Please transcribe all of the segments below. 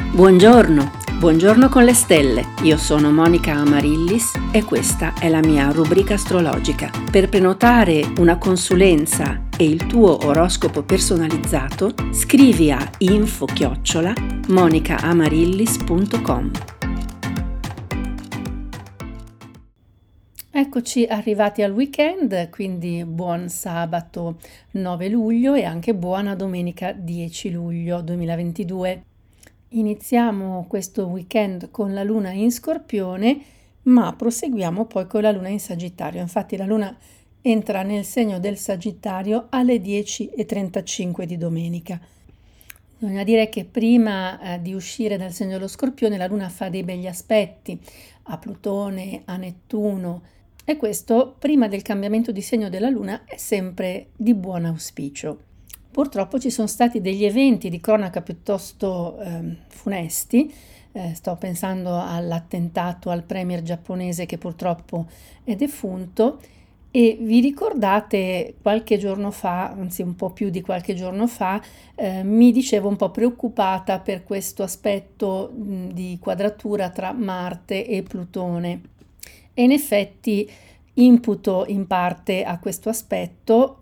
Buongiorno, buongiorno con le stelle. Io sono Monica Amarillis e questa è la mia rubrica astrologica. Per prenotare una consulenza e il tuo oroscopo personalizzato, scrivi a info@monicamarillis.com. Eccoci arrivati al weekend, quindi buon sabato 9 luglio e anche buona domenica 10 luglio 2022. Iniziamo questo weekend con la luna in Scorpione, ma proseguiamo poi con la luna in Sagittario. Infatti la luna entra nel segno del Sagittario alle 10:35 di domenica. Bisogna dire che prima di uscire dal segno dello Scorpione la luna fa dei begli aspetti a Plutone, a Nettuno, e questo prima del cambiamento di segno della luna è sempre di buon auspicio. Purtroppo ci sono stati degli eventi di cronaca piuttosto funesti. Sto pensando all'attentato al premier giapponese che purtroppo è defunto, e vi ricordate qualche giorno fa, anzi un po' più di qualche giorno fa, mi dicevo un po' preoccupata per questo aspetto di quadratura tra Marte e Plutone, e in effetti imputo in parte a questo aspetto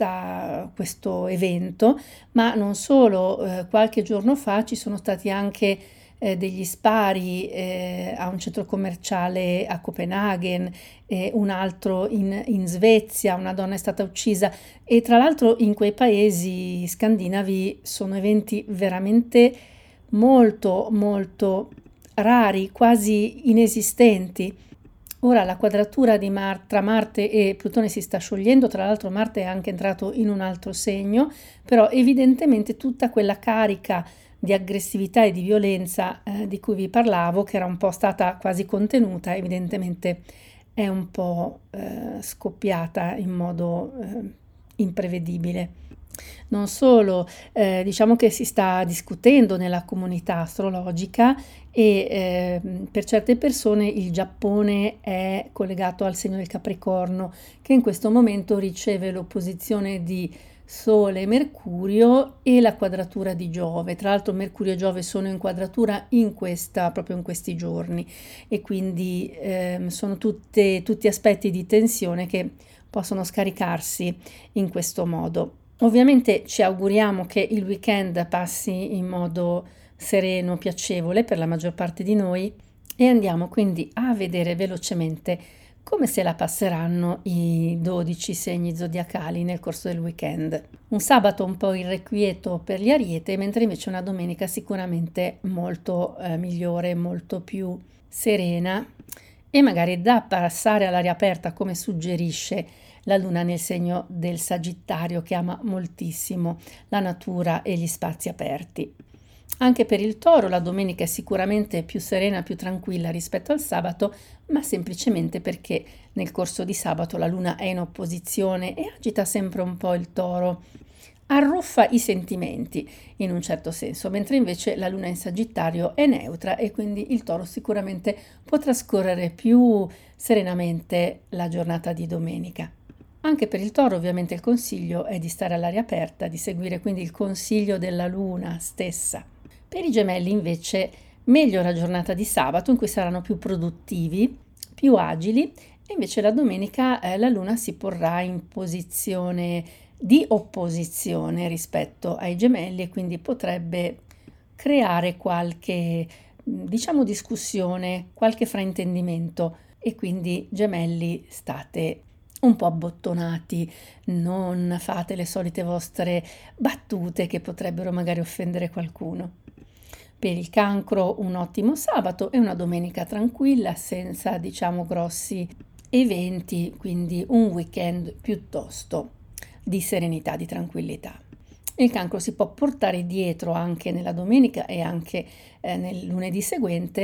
questo evento, ma non solo. Qualche giorno fa ci sono stati anche degli spari a un centro commerciale a Copenaghen, un altro in Svezia, una donna è stata uccisa, e tra l'altro in quei paesi scandinavi sono eventi veramente molto molto rari, quasi inesistenti. Ora la quadratura tra Marte e Plutone si sta sciogliendo, tra l'altro Marte è anche entrato in un altro segno, però evidentemente tutta quella carica di aggressività e di violenza di cui vi parlavo, che era un po' stata quasi contenuta, evidentemente è un po' scoppiata in modo imprevedibile. Non solo, diciamo che si sta discutendo nella comunità astrologica e per certe persone il Giappone è collegato al segno del Capricorno, che in questo momento riceve l'opposizione di Sole e Mercurio e la quadratura di Giove. Tra l'altro Mercurio e Giove sono in quadratura proprio in questi giorni, e quindi sono tutti aspetti di tensione che possono scaricarsi in questo modo. Ovviamente ci auguriamo che il weekend passi in modo sereno, piacevole per la maggior parte di noi, e andiamo quindi a vedere velocemente come se la passeranno i 12 segni zodiacali nel corso del weekend. Un sabato un po' irrequieto per gli Ariete, mentre invece una domenica sicuramente molto migliore, molto più serena, e magari da passare all'aria aperta, come suggerisce la luna nel segno del Sagittario, che ama moltissimo la natura e gli spazi aperti. Anche per il Toro la domenica è sicuramente più serena, più tranquilla rispetto al sabato, ma semplicemente perché nel corso di sabato la luna è in opposizione e agita sempre un po' il Toro, arruffa i sentimenti in un certo senso, mentre invece la luna in Sagittario è neutra e quindi il Toro sicuramente può trascorrere più serenamente la giornata di domenica. Anche per il Toro ovviamente il consiglio è di stare all'aria aperta, di seguire quindi il consiglio della luna stessa. Per i Gemelli invece meglio la giornata di sabato, in cui saranno più produttivi, più agili, e invece la domenica la luna si porrà in posizione di opposizione rispetto ai Gemelli, e quindi potrebbe creare qualche, diciamo, discussione, qualche fraintendimento, e quindi Gemelli state un po' abbottonati, non fate le solite vostre battute che potrebbero magari offendere qualcuno. Per il Cancro un ottimo sabato e una domenica tranquilla, senza, diciamo, grossi eventi, quindi un weekend piuttosto di serenità, di tranquillità. Il Cancro si può portare dietro anche nella domenica e anche nel lunedì seguente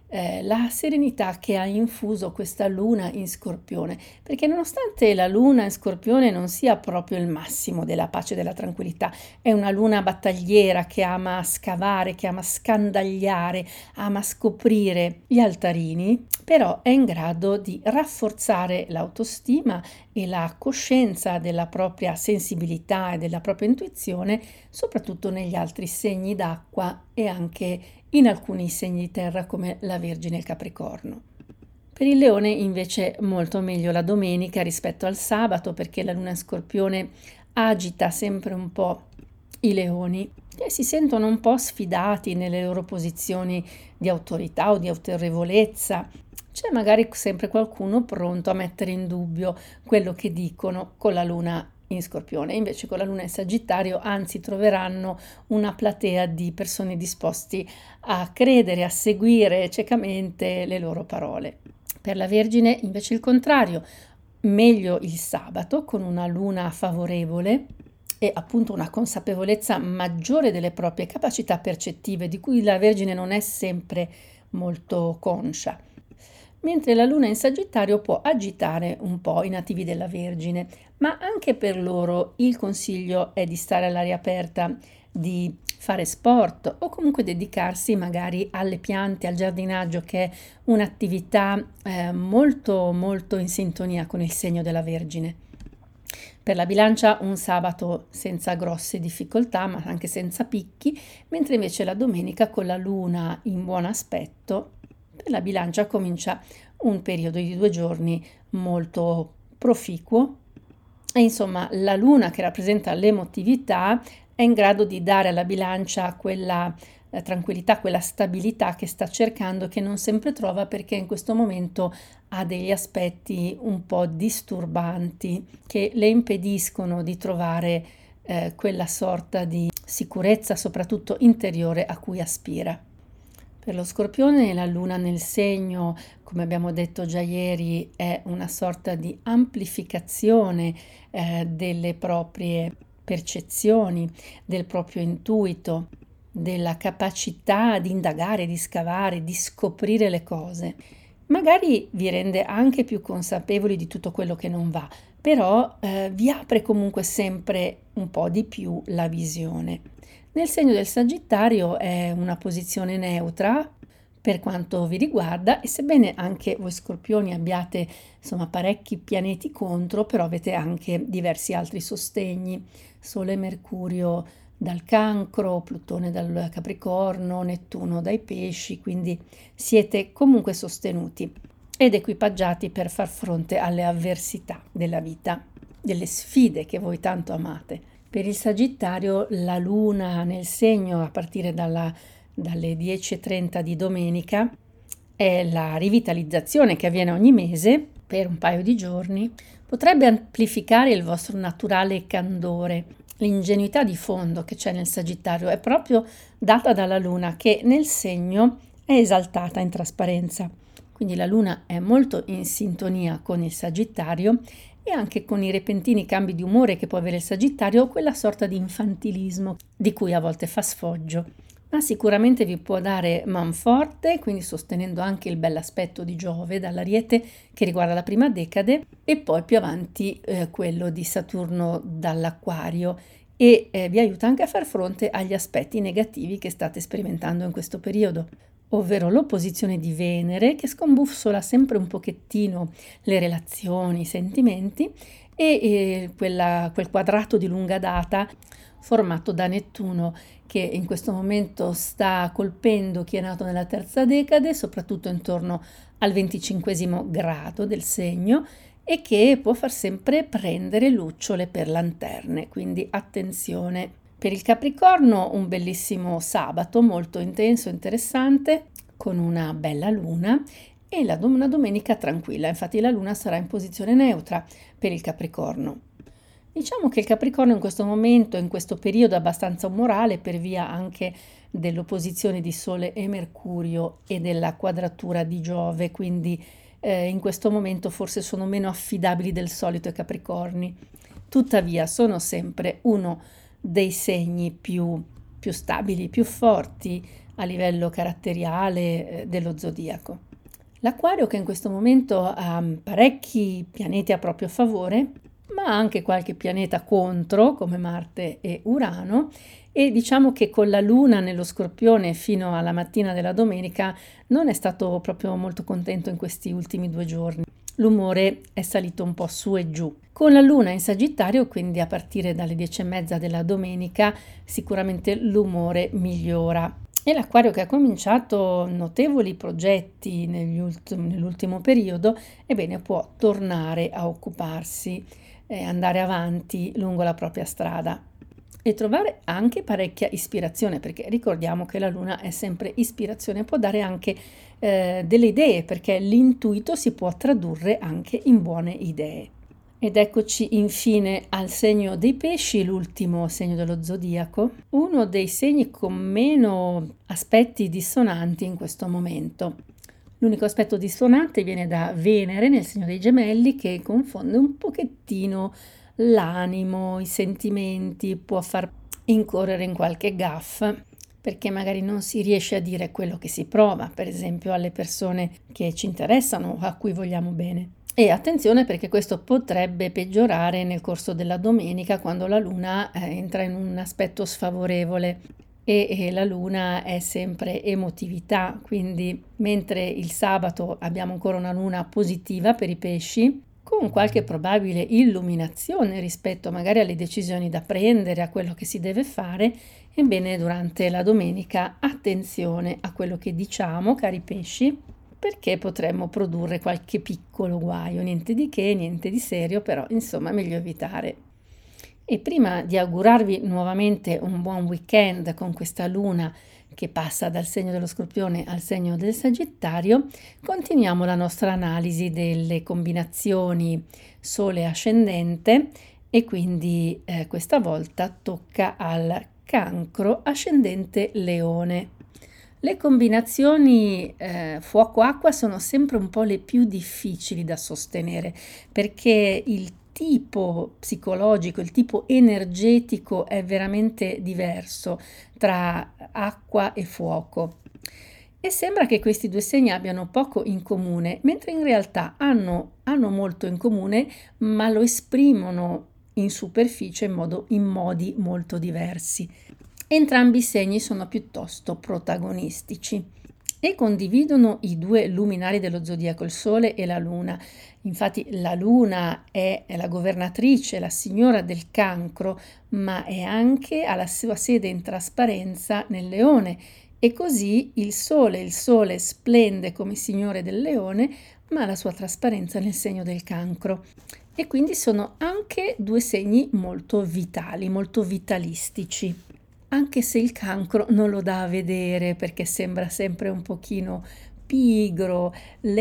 la serenità che ha infuso questa luna in Scorpione, perché nonostante la luna in Scorpione non sia proprio il massimo della pace e della tranquillità, è una luna battagliera che ama scavare, che ama scandagliare, ama scoprire gli altarini, però è in grado di rafforzare l'autostima e la coscienza della propria sensibilità e della propria intuizione, soprattutto negli altri segni d'acqua e anche in alcuni segni di terra come la Vergine e il Capricorno. Per il Leone invece molto meglio la domenica rispetto al sabato, perché la luna in Scorpione agita sempre un po' i leoni, che si sentono un po' sfidati nelle loro posizioni di autorità o di autorevolezza. C'è magari sempre qualcuno pronto a mettere in dubbio quello che dicono con la luna in Scorpione. Invece con la luna in Sagittario, anzi, troveranno una platea di persone disposti a credere, a seguire ciecamente le loro parole. Per la Vergine invece il contrario, meglio il sabato con una luna favorevole e appunto una consapevolezza maggiore delle proprie capacità percettive, di cui la Vergine non è sempre molto conscia. Mentre la luna in Sagittario può agitare un po' i nativi della Vergine, ma anche per loro il consiglio è di stare all'aria aperta, di fare sport o comunque dedicarsi magari alle piante, al giardinaggio, che è un'attività molto molto in sintonia con il segno della Vergine. Per la Bilancia un sabato senza grosse difficoltà, ma anche senza picchi, mentre invece la domenica con la luna in buon aspetto, per la Bilancia comincia un periodo di 2 giorni molto proficuo e insomma la luna, che rappresenta l'emotività, è in grado di dare alla Bilancia quella tranquillità, quella stabilità che sta cercando e che non sempre trova, perché in questo momento ha degli aspetti un po' disturbanti che le impediscono di trovare quella sorta di sicurezza, soprattutto interiore, a cui aspira. Per lo Scorpione la luna nel segno, come abbiamo detto già ieri, è una sorta di amplificazione delle proprie percezioni, del proprio intuito, della capacità di indagare, di scavare, di scoprire le cose. Magari vi rende anche più consapevoli di tutto quello che non va, però vi apre comunque sempre un po' di più la visione. Nel segno del Sagittario è una posizione neutra per quanto vi riguarda, e sebbene anche voi Scorpioni abbiate insomma parecchi pianeti contro, però avete anche diversi altri sostegni: Sole e Mercurio dal Cancro, Plutone dal Capricorno, Nettuno dai Pesci, quindi siete comunque sostenuti ed equipaggiati per far fronte alle avversità della vita, delle sfide che voi tanto amate. Per il Sagittario la luna nel segno a partire dalle 10:30 di domenica è la rivitalizzazione che avviene ogni mese per un paio di giorni. Potrebbe amplificare il vostro naturale candore. L'ingenuità di fondo che c'è nel Sagittario è proprio data dalla luna, che nel segno è esaltata in trasparenza. Quindi la luna è molto in sintonia con il Sagittario e anche con i repentini cambi di umore che può avere il Sagittario, o quella sorta di infantilismo di cui a volte fa sfoggio. Ma sicuramente vi può dare manforte, quindi sostenendo anche il bell'aspetto di Giove dall'Ariete che riguarda la prima decade, e poi più avanti quello di Saturno dall'Acquario, e vi aiuta anche a far fronte agli aspetti negativi che state sperimentando in questo periodo, ovvero l'opposizione di Venere che scombussola sempre un pochettino le relazioni, i sentimenti, e quel quadrato di lunga data formato da Nettuno, che in questo momento sta colpendo chi è nato nella terza decade, soprattutto intorno al 25° grado del segno, e che può far sempre prendere lucciole per lanterne, quindi attenzione. Per il Capricorno un bellissimo sabato molto intenso e interessante, con una bella luna, e una domenica tranquilla. Infatti la luna sarà in posizione neutra per il Capricorno. Diciamo che il Capricorno in questo momento, in questo periodo, è abbastanza umorale per via anche dell'opposizione di Sole e Mercurio e della quadratura di Giove, quindi in questo momento forse sono meno affidabili del solito i Capricorni. Tuttavia sono sempre uno dei segni più più stabili, più forti a livello caratteriale dello zodiaco. L'Acquario, che in questo momento ha parecchi pianeti a proprio favore, ma anche qualche pianeta contro, come Marte e Urano, e diciamo che con la Luna nello Scorpione fino alla mattina della domenica non è stato proprio molto contento in questi ultimi 2 giorni. L'umore è salito un po' su e giù. Con la Luna in Sagittario, quindi a partire dalle 10:30 della domenica, sicuramente l'umore migliora. E l'Acquario, che ha cominciato notevoli progetti nell'ultimo periodo, ebbene può tornare a occuparsi, andare avanti lungo la propria strada e trovare anche parecchia ispirazione, perché ricordiamo che la Luna è sempre ispirazione, può dare anche delle idee, perché l'intuito si può tradurre anche in buone idee. Ed eccoci infine al segno dei pesci, l'ultimo segno dello zodiaco, uno dei segni con meno aspetti dissonanti in questo momento. L'unico aspetto dissonante viene da Venere nel segno dei Gemelli, che confonde un pochettino l'animo, i sentimenti, può far incorrere in qualche gaffe, perché magari non si riesce a dire quello che si prova, per esempio alle persone che ci interessano, a cui vogliamo bene. E attenzione, perché questo potrebbe peggiorare nel corso della domenica, quando la Luna entra in un aspetto sfavorevole e la Luna è sempre emotività, quindi mentre il sabato abbiamo ancora una Luna positiva per i pesci, con qualche probabile illuminazione rispetto magari alle decisioni da prendere, a quello che si deve fare, ebbene durante la domenica attenzione a quello che diciamo, cari pesci, perché potremmo produrre qualche piccolo guaio, niente di che, niente di serio, però insomma meglio evitare. E prima di augurarvi nuovamente un buon weekend con questa Luna che passa dal segno dello Scorpione al segno del Sagittario, continuiamo la nostra analisi delle combinazioni Sole ascendente e quindi questa volta tocca al Cancro ascendente Leone. Le combinazioni fuoco-acqua sono sempre un po' le più difficili da sostenere, perché il tipo psicologico, il tipo energetico è veramente diverso tra acqua e fuoco. E sembra che questi 2 segni abbiano poco in comune, mentre in realtà hanno molto in comune, ma lo esprimono in superficie in modi molto diversi. Entrambi i segni sono piuttosto protagonistici e condividono i 2 luminari dello zodiaco, il Sole e la Luna. Infatti la Luna è la governatrice, la signora del Cancro, ma è anche alla sua sede in trasparenza nel Leone, e così il Sole splende come signore del Leone, ma ha la sua trasparenza nel segno del Cancro. E quindi sono anche 2 segni molto vitali, molto vitalistici, anche se il Cancro non lo dà a vedere, perché sembra sempre un pochino pigro,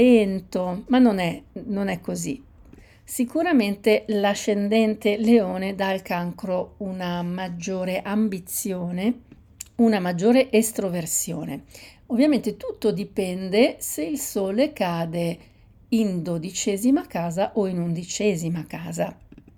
lento, ma non è così. Sicuramente l'ascendente Leone dà al Cancro una maggiore ambizione, una maggiore estroversione. Ovviamente tutto dipende se il Sole cade in 12ª casa o in 11ª casa.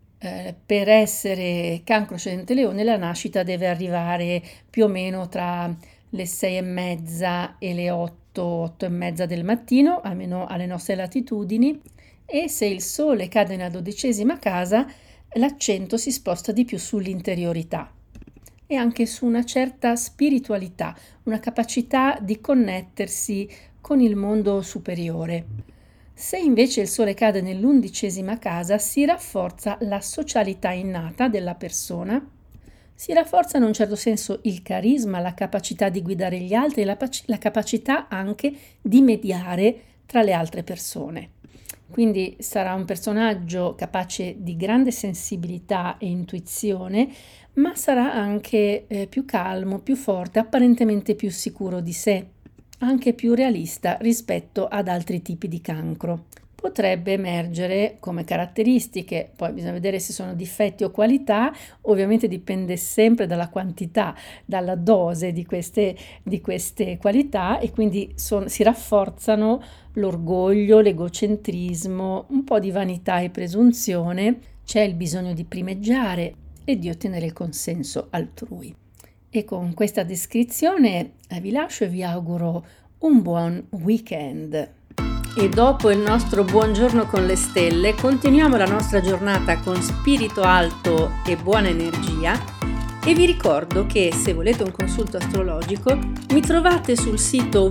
Per essere Cancro ascendente Leone la nascita deve arrivare più o meno tra le 6:30 e le 8:30 del mattino, almeno alle nostre latitudini, e se il Sole cade nella 12ª casa l'accento si sposta di più sull'interiorità e anche su una certa spiritualità, una capacità di connettersi con il mondo superiore. Se invece il Sole cade nell'11ª casa, si rafforza la socialità innata della persona, si rafforza in un certo senso il carisma, la capacità di guidare gli altri, la capacità anche di mediare tra le altre persone. Quindi sarà un personaggio capace di grande sensibilità e intuizione, ma sarà anche più calmo, più forte, apparentemente più sicuro di sé, anche più realista rispetto ad altri tipi di cancro. Potrebbe emergere come caratteristiche, poi bisogna vedere se sono difetti o qualità, ovviamente dipende sempre dalla quantità, dalla dose di queste qualità, e quindi si rafforzano l'orgoglio, l'egocentrismo, un po' di vanità e presunzione, c'è il bisogno di primeggiare e di ottenere il consenso altrui. E con questa descrizione vi lascio e vi auguro un buon weekend. E dopo il nostro buongiorno con le stelle, continuiamo la nostra giornata con spirito alto e buona energia e vi ricordo che se volete un consulto astrologico mi trovate sul sito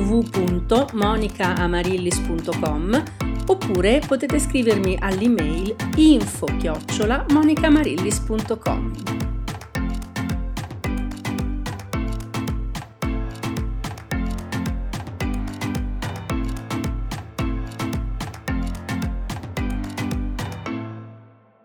www.monicaamarillis.com oppure potete scrivermi all'email info@monicamarillis.com.